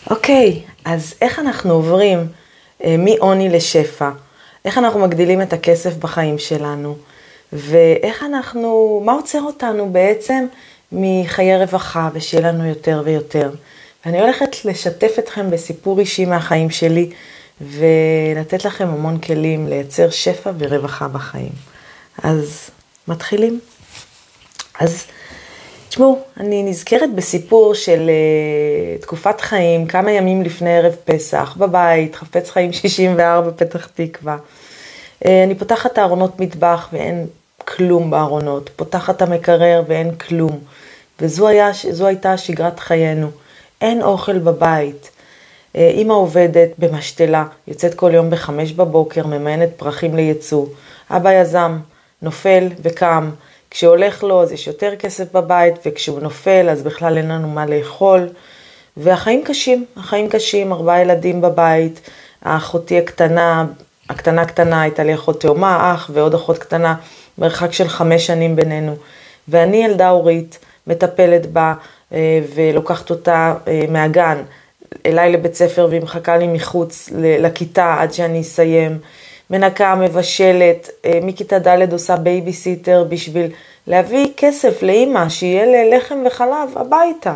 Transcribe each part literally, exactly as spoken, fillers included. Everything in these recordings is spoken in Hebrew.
אוקיי, אז איך אנחנו עוברים אה, מעוני לשפע? איך אנחנו מגדילים את הכסף בחיים שלנו? ואיך אנחנו, מה עוצר אותנו בעצם מחיי רווחה ושיהיה לנו יותר ויותר? ואני הולכת לשתף אתכם בסיפור אישי מהחיים שלי, ולתת לכם המון כלים לייצר שפע ורווחה בחיים. אז מתחילים. אז תשמעו, אני נזכרת בסיפור של uh, תקופת חיים, כמה ימים לפני ערב פסח, בבית, חפץ חיים שישים וארבע, פתח תקווה. Uh, אני פותחת הארונות מטבח ואין כלום בארונות, פותחת את המקרר ואין כלום. וזו היה, זו הייתה שגרת חיינו. אין אוכל בבית. Uh, אמא עובדת במשתלה, יוצאת כל יום בחמש בבוקר, ממיינת פרחים לייצוא. אבא יזם, נופל וקם. כשהולך לו אז יש יותר כסף בבית, וכשהוא נופל אז בכלל אין לנו מה לאכול. והחיים קשים, החיים קשים, ארבעה ילדים בבית, האחותי הקטנה, הקטנה קטנה הייתה לי אחות תאומה, אח ועוד אחות קטנה, מרחק של חמש שנים בינינו. ואני ילדה הורית, מטפלת בה ולוקחת אותה מהגן אליי לבית ספר, והיא מחכה לי מחוץ לכיתה עד שאני אסיים. מנקה, מבשלת, מכיתה ד' עושה בייביסיטר בשביל להביא כסף לאמא, שיהיה ללחם וחלב הביתה.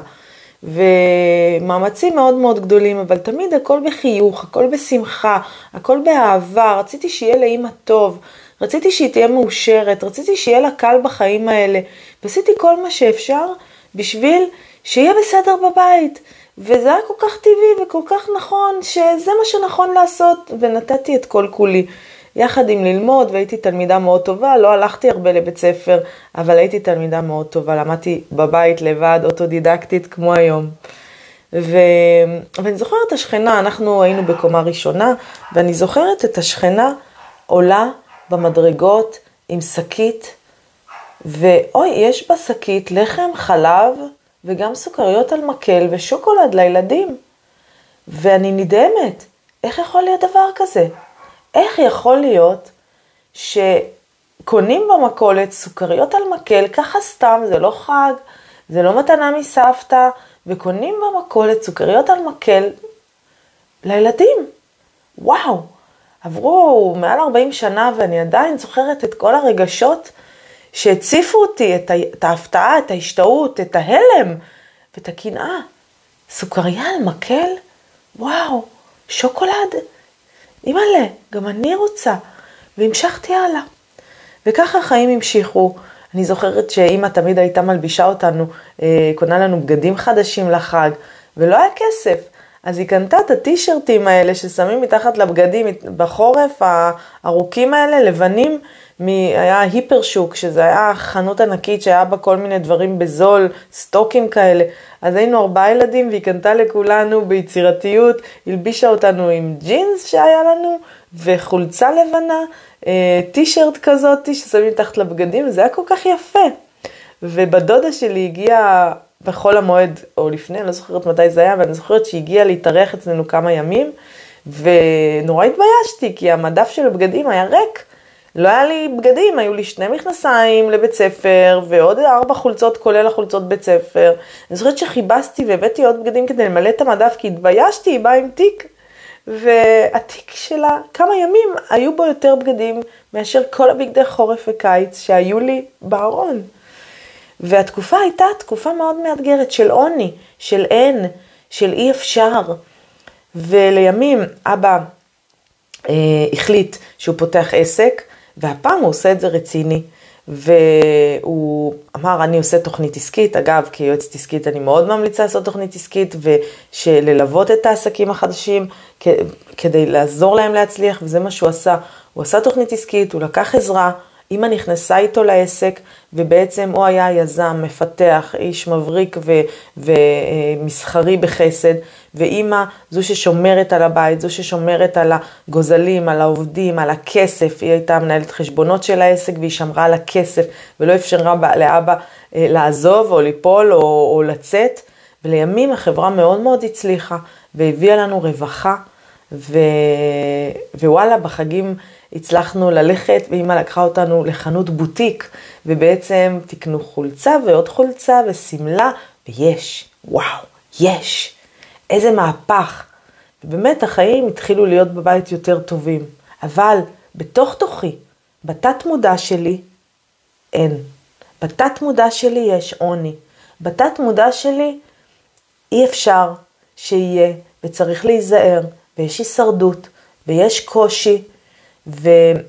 ומאמצים מאוד מאוד גדולים, אבל תמיד הכל בחיוך, הכל בשמחה, הכל באהבה. רציתי שיהיה לאמא טוב, רציתי שהיא תהיה מאושרת, רציתי שיהיה לה קל בחיים האלה. ועשיתי כל מה שאפשר בשביל שיהיה בסדר בבית. וזה היה כל כך טבעי וכל כך נכון, שזה מה שנכון לעשות, ונתתי את כל כולי. יחד עם ללמוד, והייתי תלמידה מאוד טובה, לא הלכתי הרבה לבית ספר, אבל הייתי תלמידה מאוד טובה, למדתי בבית לבד, אוטודידקטית כמו היום. ו... ואני זוכרת את השכנה, אנחנו היינו בקומה ראשונה, ואני זוכרת את השכנה עולה במדרגות עם שקית, ואוי, יש בה שקית לחם, חלב, וגם סוכריות על מקל ושוקולד לילדים. ואני נדהמת, איך יכול להיות דבר כזה? איך יכול להיות שקונים במכולת סוכריות על מקל, ככה סתם, זה לא חג, זה לא מתנה מסבתא, וקונים במכולת סוכריות על מקל לילדים? וואו, עברו מעל ארבעים שנה ואני עדיין זוכרת את כל הרגשות שהציפו אותי, את, ה, את ההפתעה, את ההשתאות, את ההלם ואת הקנאה. סוכריה על מקל? וואו, שוקולד? אימא'לה, גם אני רוצה. והמשכתי הלאה. וככה החיים המשיכו. אני זוכרת שאמא תמיד הייתה מלבישה אותנו, אה, קונה לנו בגדים חדשים לחג, ולא היה כסף. אז היא קנתה את הטישרטים האלה ששמים מתחת לבגדים בחורף, הארוכים האלה, לבנים, היה היפר שוק, שזה היה חנות ענקית שהיה בה כל מיני דברים בזול, סטוקים כאלה. אז היינו ארבעה ילדים והיא קנתה לכולנו ביצירתיות, הלבישה אותנו עם ג'ינס שהיה לנו, וחולצה לבנה, טישרט כזאת ששמים תחת לבגדים, זה היה כל כך יפה. ובדודה שלי הגיעה בכל המועד, או לפני, אני לא זוכרת מתי זה היה, ואני זוכרת שהיא הגיעה להתארח אצלנו כמה ימים, ונורא התביישתי, כי המדף של הבגדים היה ריק, לא היה לי בגדים, היו לי שני מכנסיים לבית ספר, ועוד ארבע חולצות, כולל החולצות בית ספר. אני זוכרת שחיבסתי והבאתי עוד בגדים כדי למלא את המדף, כי התביישתי, היא באה עם תיק, והתיק שלה, כמה ימים, היו בו יותר בגדים, מאשר כל הבגדי חורף וקיץ שהיו לי בארון. והתקופה הייתה תקופה מאוד מאתגרת של עוני, של אין, של אי אפשר. ולימים אבא אה, החליט שהוא פותח עסק, והפעם הוא עושה את זה רציני, והוא אמר, אני עושה תוכנית עסקית. אגב, כיועצת עסקית אני מאוד ממליצה לעשות תוכנית עסקית, ושללוות את העסקים החדשים, כדי לעזור להם להצליח, וזה מה שהוא עשה. הוא עשה תוכנית עסקית, הוא לקח עזרה, אמא נכנסה איתו לעסק, ובעצם הוא היה יזם, מפתח, איש מבריק ו- ומסחרי בחסד, ואמא זו ששומרת על הבית, זו ששומרת על הגוזלים, על העובדים, על הכסף. היא הייתה מנהלת חשבונות של העסק, והיא שמרה על הכסף, ולא אפשרה לאבא לעזוב או ליפול או, או לצאת. ולימים החברה מאוד מאוד הצליחה, והביאה לנו רווחה, ו... ווואלה, בחגים הצלחנו ללכת, ואמא לקחה אותנו לחנות בוטיק, ובעצם תקנו חולצה ועוד חולצה וסמלה, ויש, וואו, יש. איזה מהפך. ובאמת החיים התחילו להיות בבית יותר טובים. אבל בתוך תוכי, בתת מודע שלי, אין. בתת מודע שלי יש עוני. בתת מודע שלי אי אפשר שיהיה, וצריך להיזהר, ויש הישרדות, ויש קושי, ו...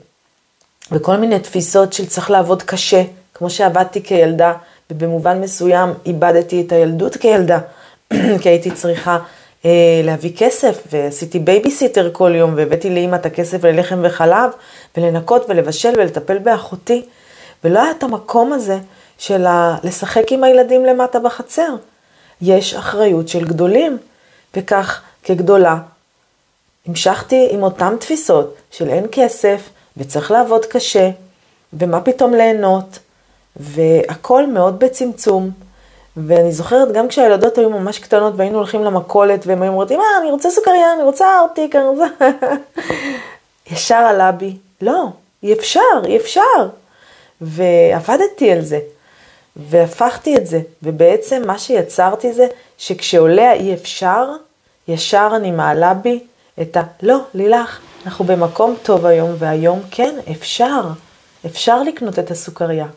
וכל מיני תפיסות של צריך לעבוד קשה, כמו שעבדתי כילדה, ובמובן מסוים איבדתי את הילדות כילדה, כי הייתי צריכה אה, להביא כסף, ועשיתי בייביסיטר כל יום, והבאתי לאמא את הכסף ללחם וחלב, ולנקות ולבשל ולטפל באחותי, ולא היה את המקום הזה של ה... לשחק עם הילדים למטה בחצר. יש אחריות של גדולים, וכך כגדולה, המשכתי עם אותם תפיסות של אין כסף, וצריך לעבוד קשה, ומה פתאום ליהנות, והכל מאוד בצמצום. ואני זוכרת גם כשהילדות היו ממש קטנות, והיינו הולכים למכולת, והם היו אומרים, מה, אני רוצה סוכריה, אני רוצה ארטיק, אני רוצה... ישר עלה בי, לא, אי אפשר, אי אפשר. ועבדתי על זה, והפכתי את זה, ובעצם מה שיצרתי זה, שכשעולה אי אפשר, ישר אני מעלה בי את ה... לא, לילך, אנחנו במקום טוב היום, והיום כן, אפשר, אפשר לקנות את הסוכריה.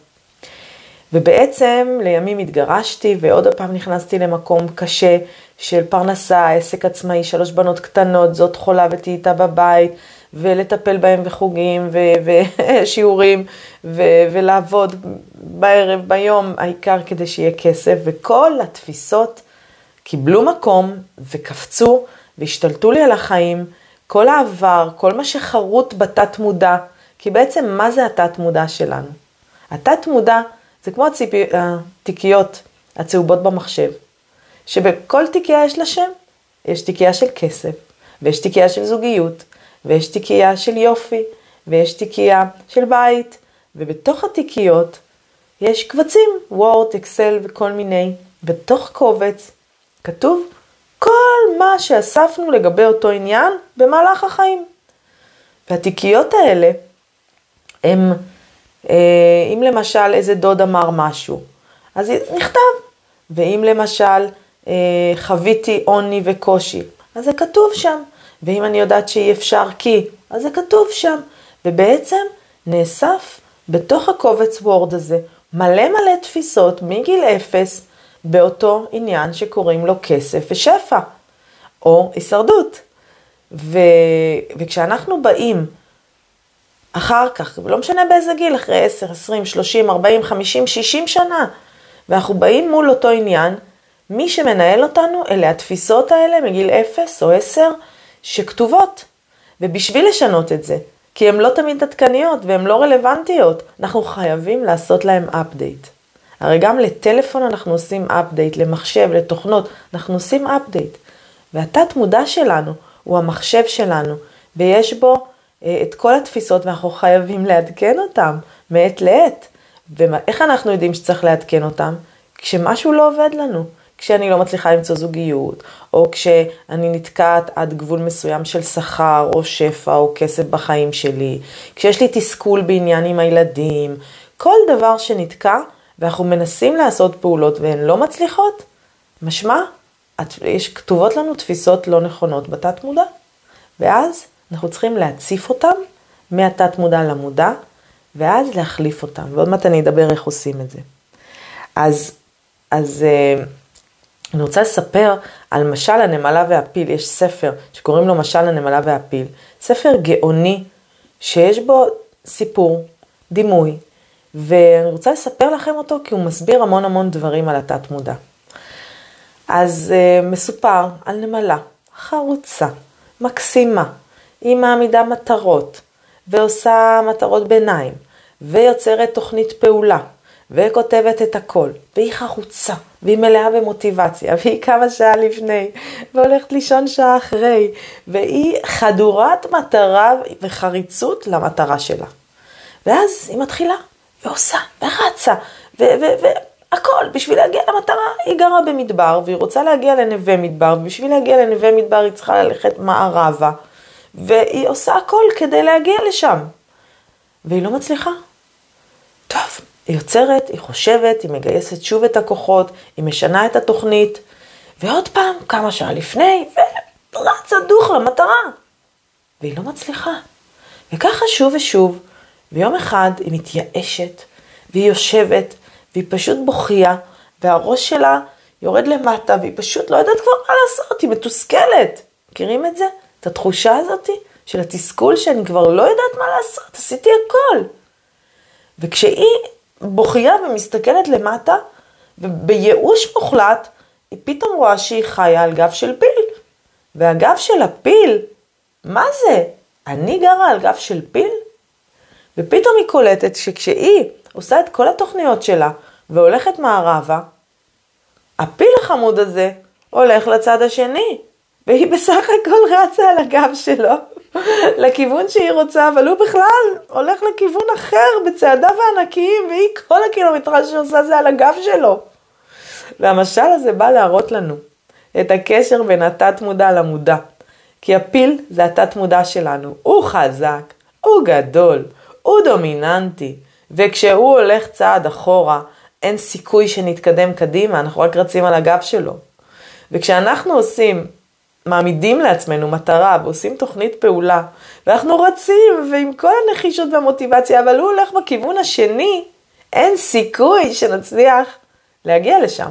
ובעצם לימים התגרשתי, ועוד פעם נכנסתי למקום קשה של פרנסה, עסק עצמאי, שלוש בנות קטנות, זאת חולה ותהי איתה בבית, ולטפל בהם בחוגים ושיעורים, ולעבוד בערב, ביום, העיקר כדי שיהיה כסף, וכל התפיסות קיבלו מקום וקפצו והשתלטו לי על החיים, כל העבר, כל מה שחרוט בתת מודע, כי בעצם מה זה התת מודע שלנו? התת מודע זה כמו הציפי, התיקיות הצהובות במחשב, שבכל תיקייה יש לה שם, יש תיקייה של כסף, ויש תיקייה של זוגיות, ויש תיקייה של יופי, ויש תיקייה של בית, ובתוך התיקיות יש קבצים, וורד, אקסל וכל מיני, בתוך קובץ כתוב כל מה שאספנו לגבי אותו עניין במהלך החיים. והתיקיות האלה, הם, אם למשל איזה דוד אמר משהו, אז נכתב, ואם למשל חוויתי עוני וקושי, אז זה כתוב שם. ואם אני יודעת שאי אפשר כי, אז זה כתוב שם. ובעצם נאסף בתוך הקובץ וורד הזה מלא מלא תפיסות מגיל אפס באותו עניין שקוראים לו כסף ושפע או הישרדות. ו... וכשאנחנו באים אחר כך, ולא משנה באיזה גיל, אחרי עשר, עשרים, שלושים, ארבעים, חמישים, שישים שנה, ואנחנו באים מול אותו עניין, מי שמנהל אותנו אלה התפיסות האלה מגיל אפס או עשר שכתובות. ובשביל לשנות את זה, כי הן לא תמיד עדכניות והן לא רלוונטיות, אנחנו חייבים לעשות להם אפדייט. הרי גם לטלפון אנחנו עושים אפדייט, למחשב, לתוכנות, אנחנו עושים אפדייט. והתת מודע שלנו הוא המחשב שלנו, ויש בו אה, את כל התפיסות ואנחנו חייבים לעדכן אותם מעת לעת. ואיך אנחנו יודעים שצריך לעדכן אותם? כשמשהו לא עובד לנו. כשאני לא מצליחה למצוא זוגיות, או כשאני נתקעת עד גבול מסוים של שכר, או שפע, או כסף בחיים שלי, כשיש לי תסכול בעניין עם הילדים, כל דבר שנתקע, ואנחנו מנסים לעשות פעולות והן לא מצליחות, משמע, יש כתובות לנו תפיסות לא נכונות בתת מודע, ואז אנחנו צריכים להציף אותם מהתת מודע למודע, ואז להחליף אותם, ועוד מעט אני אדבר איך עושים את זה. אז, אז אני רוצה לספר על משל הנמלה והפיל. יש ספר שקוראים לו משל הנמלה והפיל. ספר גאוני שיש בו סיפור, דימוי, ואני רוצה לספר לכם אותו כי הוא מסביר המון המון דברים על התת מודע. אז uh, מסופר על נמלה חרוצה, מקסימה, היא מעמידה מטרות ועושה מטרות ביניים ויוצרת תוכנית פעולה. וכותבת את הכל, והיא חרוצה, והיא מלאה במוטיבציה, והיא כמה שעה לפני, והולכת לישון שעה אחרי, והיא חדורת מטרה וחריצות למטרה שלה. ואז היא מתחילה, ועושה, ורצה, והכל, בשביל להגיע למטרה, היא גרה במדבר, והיא רוצה להגיע לנווה מדבר, ובשביל להגיע לנווה מדבר היא צריכה ללכת מערבה, והיא עושה הכל כדי להגיע לשם, והיא לא מצליחה. טוב. היא יוצרת, היא חושבת, היא מגייסת שוב את הכוחות, היא משנה את התוכנית, ועוד פעם, כמה שעה לפני, ורצה דוך למטרה. והיא לא מצליחה. וככה שוב ושוב, ויום אחד היא מתייאשת, והיא יושבת, והיא פשוט בוכייה, והראש שלה יורד למטה, והיא פשוט לא יודעת כבר מה לעשות, היא מתוסכלת. מכירים את זה? את התחושה הזאת של התסכול שאני כבר לא יודעת מה לעשות, עשיתי הכל. וכשהיא בוכייה ומסתכלת למטה, ובייאוש מוחלט, היא פתאום רואה שהיא חיה על גב של פיל. והגב של הפיל, מה זה? אני גרה על גב של פיל? ופתאום היא קולטת שכשהיא עושה את כל התוכניות שלה, והולכת מערבה, הפיל החמוד הזה הולך לצד השני. והיא בסך הכל רצה על הגב שלו, לכיוון שהיא רוצה, אבל הוא בכלל הולך לכיוון אחר, בצעדיו הענקיים, והיא כל הקילומטרה שעושה זה על הגב שלו. והמשל הזה בא להראות לנו את הקשר בין התת מודע למודע. כי הפיל זה התת מודע שלנו. הוא חזק, הוא גדול, הוא דומיננטי. וכשהוא הולך צעד אחורה, אין סיכוי שנתקדם קדימה, אנחנו רק רצים על הגב שלו. וכשאנחנו עושים, מעמידים לעצמנו מטרה ועושים תוכנית פעולה, ואנחנו רצים ועם כל הנחישות והמוטיבציה, אבל הוא הולך בכיוון השני, אין סיכוי שנצליח להגיע לשם.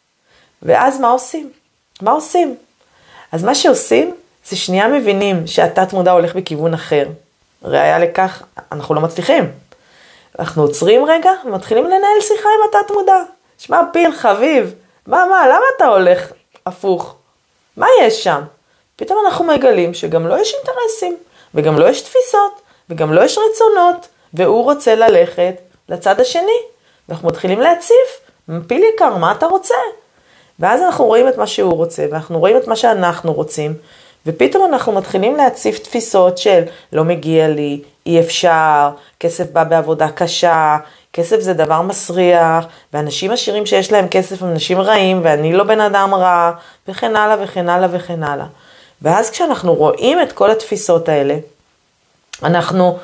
ואז מה עושים? מה עושים? אז מה שעושים זה שנייה מבינים שהתת מודע הולך בכיוון אחר. ראיה לכך, אנחנו לא מצליחים. אנחנו עוצרים רגע ומתחילים לנהל שיחה עם התת מודע. שמע פיל חביב, מה מה, למה אתה הולך הפוך? מה יש שם? פתאום אנחנו מגלים שגם לא יש אינטרסים, וגם לא יש תפיסות, וגם לא יש רצונות, והוא רוצה ללכת לצד השני. ואנחנו מתחילים להציף, פיל יקר, מה אתה רוצה? ואז אנחנו רואים את מה שהוא רוצה, ואנחנו רואים את מה שאנחנו רוצים, ופתאום אנחנו מתחילים להציף תפיסות של לא מגיע לי, אי אפשר, כסף בא בעבודה קשה, כסף זה דבר מסריח, ואנשים עשירים שיש להם כסף הם אנשים רעים, ואני לא בן אדם רע, וכן הלאה וכן הלאה וכן הלאה. ואז כשאנחנו רואים את כל התפיסות האלה, אנחנו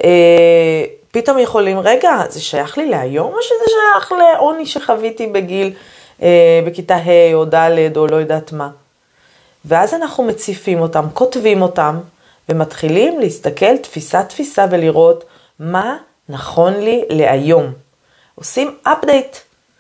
אה, פתאום יכולים, רגע, זה שייך לי להיום, או שזה שייך לעוני שחוויתי בגיל, אה, בכיתה ה' או ד' או לא יודעת מה. ואז אנחנו מציפים אותם, כותבים אותם, ומתחילים להסתכל תפיסה תפיסה ולראות מה נכון לי להיום. עושים update.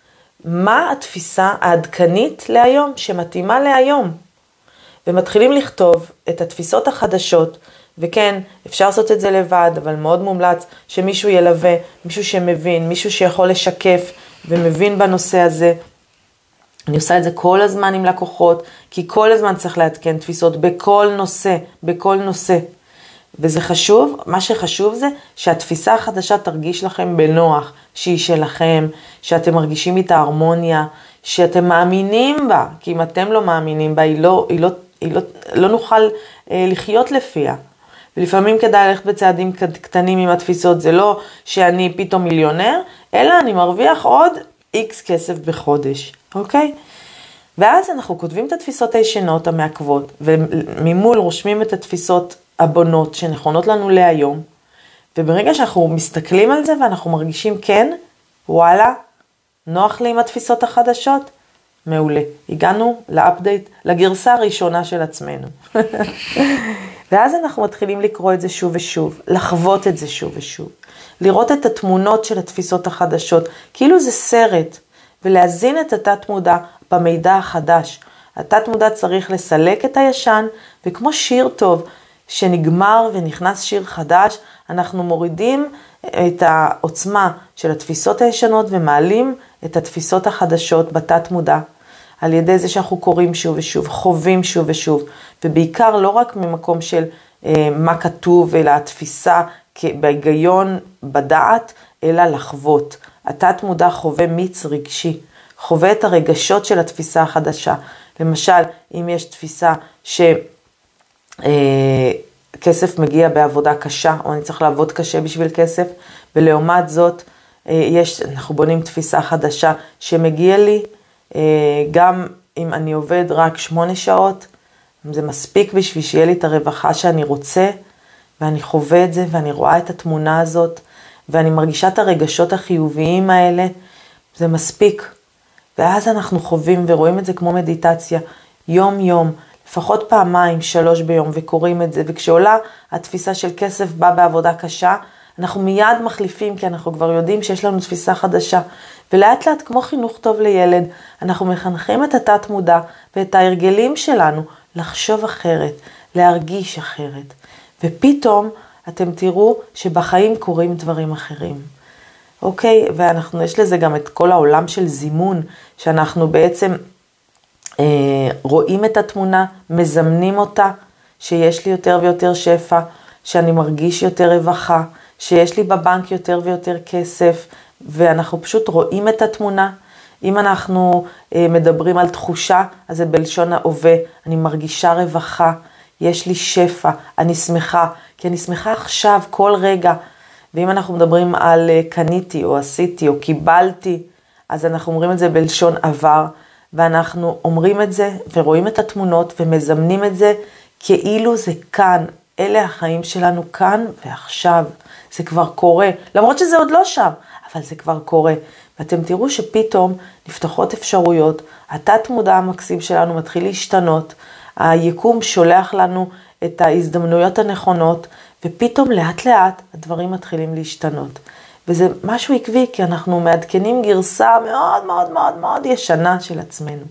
מה התפיסה העדכנית להיום, שמתאימה להיום. ומתחילים לכתוב את התפיסות החדשות, וכן, אפשר לעשות את זה לבד, אבל מאוד מומלץ שמישהו ילווה, מישהו שמבין, מישהו שיכול לשקף ומבין בנושא הזה. אני עושה את זה כל הזמן עם לקוחות, כי כל הזמן צריך לעדכן תפיסות בכל נושא, בכל נושא. וזה חשוב, מה שחשוב זה שהתפיסה החדשה תרגיש לכם בנוח, שהיא שלכם, שאתם מרגישים איתה הרמוניה, שאתם מאמינים בה, כי אם אתם לא מאמינים בה, היא לא, היא לא, היא לא, לא נוכל אה, לחיות לפיה. ולפעמים כדאי ללכת בצעדים קטנים עם התפיסות, זה לא שאני פתאום מיליונר, אלא אני מרוויח עוד איקס כסף בחודש, אוקיי? ואז אנחנו כותבים את התפיסות הישנות המעכבות, וממול רושמים את התפיסות הבונות שנכונות לנו להיום, וברגע שאנחנו מסתכלים על זה ואנחנו מרגישים כן, וואלה, נוח לי עם התפיסות החדשות, מעולה. הגענו לאפדייט, לגרסה הראשונה של עצמנו. ואז אנחנו מתחילים לקרוא את זה שוב ושוב, לחוות את זה שוב ושוב, לראות את התמונות של התפיסות החדשות, כאילו זה סרט, ולהזין את התת מודע במידע החדש. התת מודע צריך לסלק את הישן, וכמו שיר טוב שנגמר ונכנס שיר חדש, אנחנו מורידים את העוצמה של התפיסות הישנות ומעלים את התפיסות החדשות בתת מודע, על ידי זה שאנחנו קוראים שוב ושוב, חווים שוב ושוב, ובעיקר לא רק ממקום של אה, מה כתוב, אלא התפיסה בהיגיון, בדעת, אלא לחוות. התת מודע חווה מיץ רגשי, חווה את הרגשות של התפיסה החדשה. למשל, אם יש תפיסה שכסף אה, מגיע בעבודה קשה, או אני צריך לעבוד קשה בשביל כסף, ולעומת זאת, אה, יש, אנחנו בונים תפיסה חדשה שמגיע לי, אה, גם אם אני עובד רק שמונה שעות, זה מספיק בשביל שיהיה לי את הרווחה שאני רוצה, ואני חווה את זה, ואני רואה את התמונה הזאת, ואני מרגישה את הרגשות החיוביים האלה, זה מספיק. ואז אנחנו חווים ורואים את זה כמו מדיטציה, יום יום, לפחות פעמיים, שלוש ביום, וקוראים את זה, וכשעולה התפיסה של כסף בא בעבודה קשה, אנחנו מיד מחליפים, כי אנחנו כבר יודעים שיש לנו תפיסה חדשה, ולאט לאט כמו חינוך טוב לילד, אנחנו מחנכים את התת מודע, ואת ההרגלים שלנו לחשוב אחרת, להרגיש אחרת, ופתאום אתם תראו שבחיים קורים דברים אחרים. אוקיי, ואנחנו, יש לזה גם את כל העולם של זימון, שאנחנו בעצם אה, רואים את התמונה, מזמנים אותה, שיש לי יותר ויותר שפע, שאני מרגיש יותר רווחה, שיש לי בבנק יותר ויותר כסף, ואנחנו פשוט רואים את התמונה. אם אנחנו אה, מדברים על תחושה, אז זה בלשון ההווה, אני מרגישה רווחה, יש לי שפע, אני שמחה, כי אני שמחה עכשיו, כל רגע. ואם אנחנו מדברים על קניתי או עשיתי או קיבלתי, אז אנחנו אומרים את זה בלשון עבר, ואנחנו אומרים את זה ורואים את התמונות ומזמנים את זה כאילו זה כאן, אלה החיים שלנו כאן ועכשיו, זה כבר קורה, למרות שזה עוד לא שם, אבל זה כבר קורה. ואתם תראו שפתאום נפתחות אפשרויות, התת מודע המקסים שלנו מתחיל להשתנות, היקום שולח לנו את ההזדמנויות הנכונות, ופתאום לאט לאט הדברים מתחילים להשתנות. וזה משהו עקבי, כי אנחנו מעדכנים גרסה מאוד מאוד מאוד מאוד ישנה של עצמנו.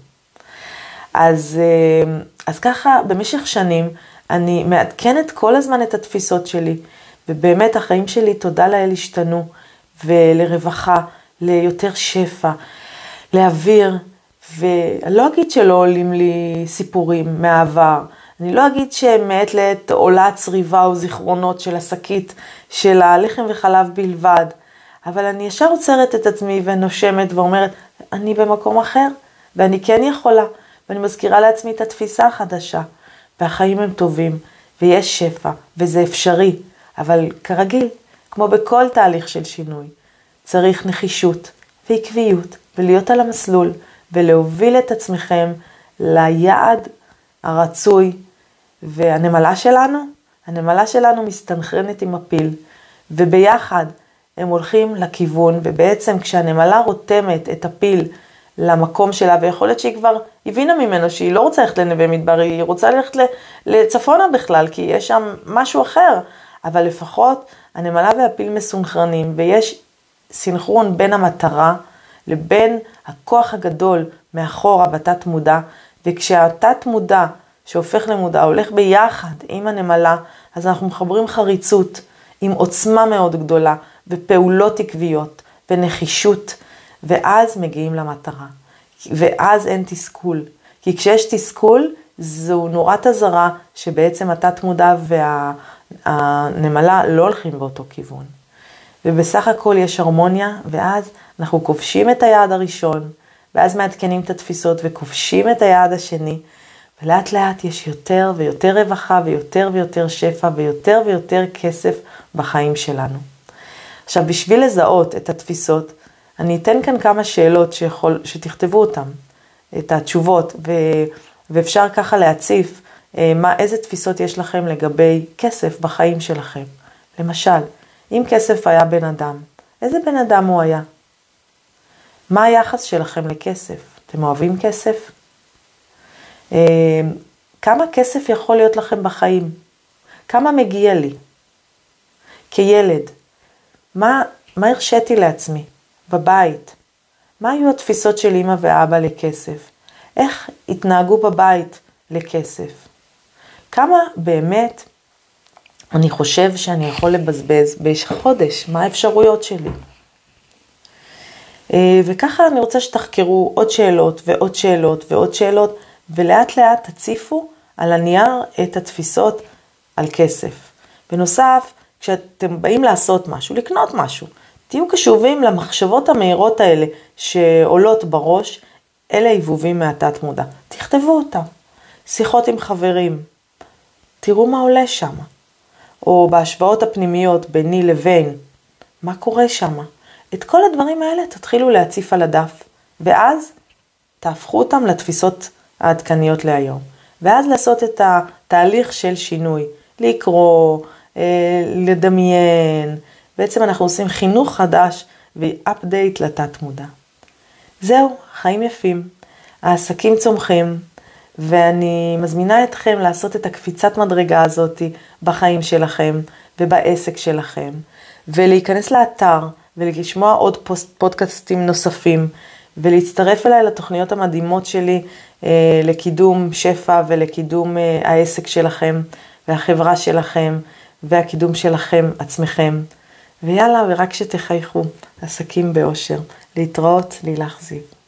אז, אז ככה במשך שנים אני מעדכנת כל הזמן את התפיסות שלי, ובאמת החיים שלי תודה לאל השתנו, ולרווחה, ליותר שפע, לאוויר, ואני לא אגיד שלא עולים לי סיפורים מהעבר, אני לא אגיד שמעת לעת עולה הצריבה או זיכרונות של השקית של הלחם וחלב בלבד, אבל אני ישר עוצרת את עצמי ונושמת ואומרת, אני במקום אחר, ואני כן יכולה, ואני מזכירה לעצמי את התפיסה החדשה, והחיים הם טובים, ויש שפע, וזה אפשרי, אבל כרגיל, כמו בכל תהליך של שינוי, צריך נחישות ועקביות, ולהיות על המסלול, ולהוביל את עצמכם ליעד הרצוי, והנמלה שלנו, הנמלה שלנו מסתנכרנת עם הפיל, וביחד הם הולכים לכיוון, ובעצם כשהנמלה רותמת את הפיל למקום שלה, ויכול להיות שהיא כבר הבינה ממנו שהיא לא רוצה ללכת לנווה מדבר, היא רוצה ללכת לצפונה בכלל, כי יש שם משהו אחר, אבל לפחות הנמלה והפיל מסונכרנים, ויש סינכרון בין המטרה לבין הכוח הגדול מאחורה בתת מודע, וכשהתת מודע שהופך למודע הולך ביחד עם הנמלה, אז אנחנו מחברים חריצות עם עוצמה מאוד גדולה, ופעולות עקביות ונחישות, ואז מגיעים למטרה. ואז אין תסכול. כי כשיש תסכול, זו נורת הזרה שבעצם התת מודע והנמלה לא הולכים באותו כיוון. ובסך הכל יש הרמוניה, ואז אנחנו כובשים את היעד הראשון, ואז מעדכנים את התפיסות וכובשים את היעד השני, ולאט לאט יש יותר ויותר רווחה ויותר ויותר שפע ויותר ויותר כסף בחיים שלנו. עכשיו, בשביל לזהות את התפיסות, אני אתן כאן כמה שאלות שיכול, שתכתבו אותם, את התשובות, ו, ואפשר ככה להציף מה, איזה תפיסות יש לכם לגבי כסף בחיים שלכם. למשל, אם כסף היה בן אדם, איזה בן אדם הוא היה? מה היחס שלכם לכסף? אתם אוהבים כסף? כמה כסף יכול להיות לכם בחיים? כמה מגיע לי? כילד, מה, מה הרשיתי לעצמי בבית? מה היו התפיסות של אמא ואבא לכסף? איך התנהגו בבית לכסף? כמה באמת אני חושב שאני יכול לבזבז בחודש? מה האפשרויות שלי? וככה אני רוצה שתחקרו עוד שאלות ועוד שאלות ועוד שאלות, ולאט לאט תציפו על הנייר את התפיסות על כסף. בנוסף, כשאתם באים לעשות משהו, לקנות משהו, תהיו קשובים למחשבות המהירות האלה שעולות בראש, אלה עיבובים מהתת מודע. תכתבו אותם. שיחות עם חברים, תראו מה עולה שם. או בהשוואות הפנימיות ביני לבין, מה קורה שם. את כל הדברים האלה תתחילו להציף על הדף, ואז תהפכו אותם לתפיסות העדכניות להיום. ואז לעשות את התהליך של שינוי, לקרוא, לדמיין. בעצם אנחנו עושים חינוך חדש ו-update לתת מודע. זהו, חיים יפים, העסקים צומחים, ואני מזמינה אתכם לעשות את הקפיצת מדרגה הזאת בחיים שלכם ובעסק שלכם, ולהיכנס לאתר ולשמוע עוד פודקאסטים נוספים, ולהצטרף אליי לתוכניות המדהימות שלי אה, לקידום שפע ולקידום אה, העסק שלכם והחברה שלכם והקידום שלכם עצמכם. ויאללה, ורק שתחייכו, עסקים באושר. להתראות, לילך זיו.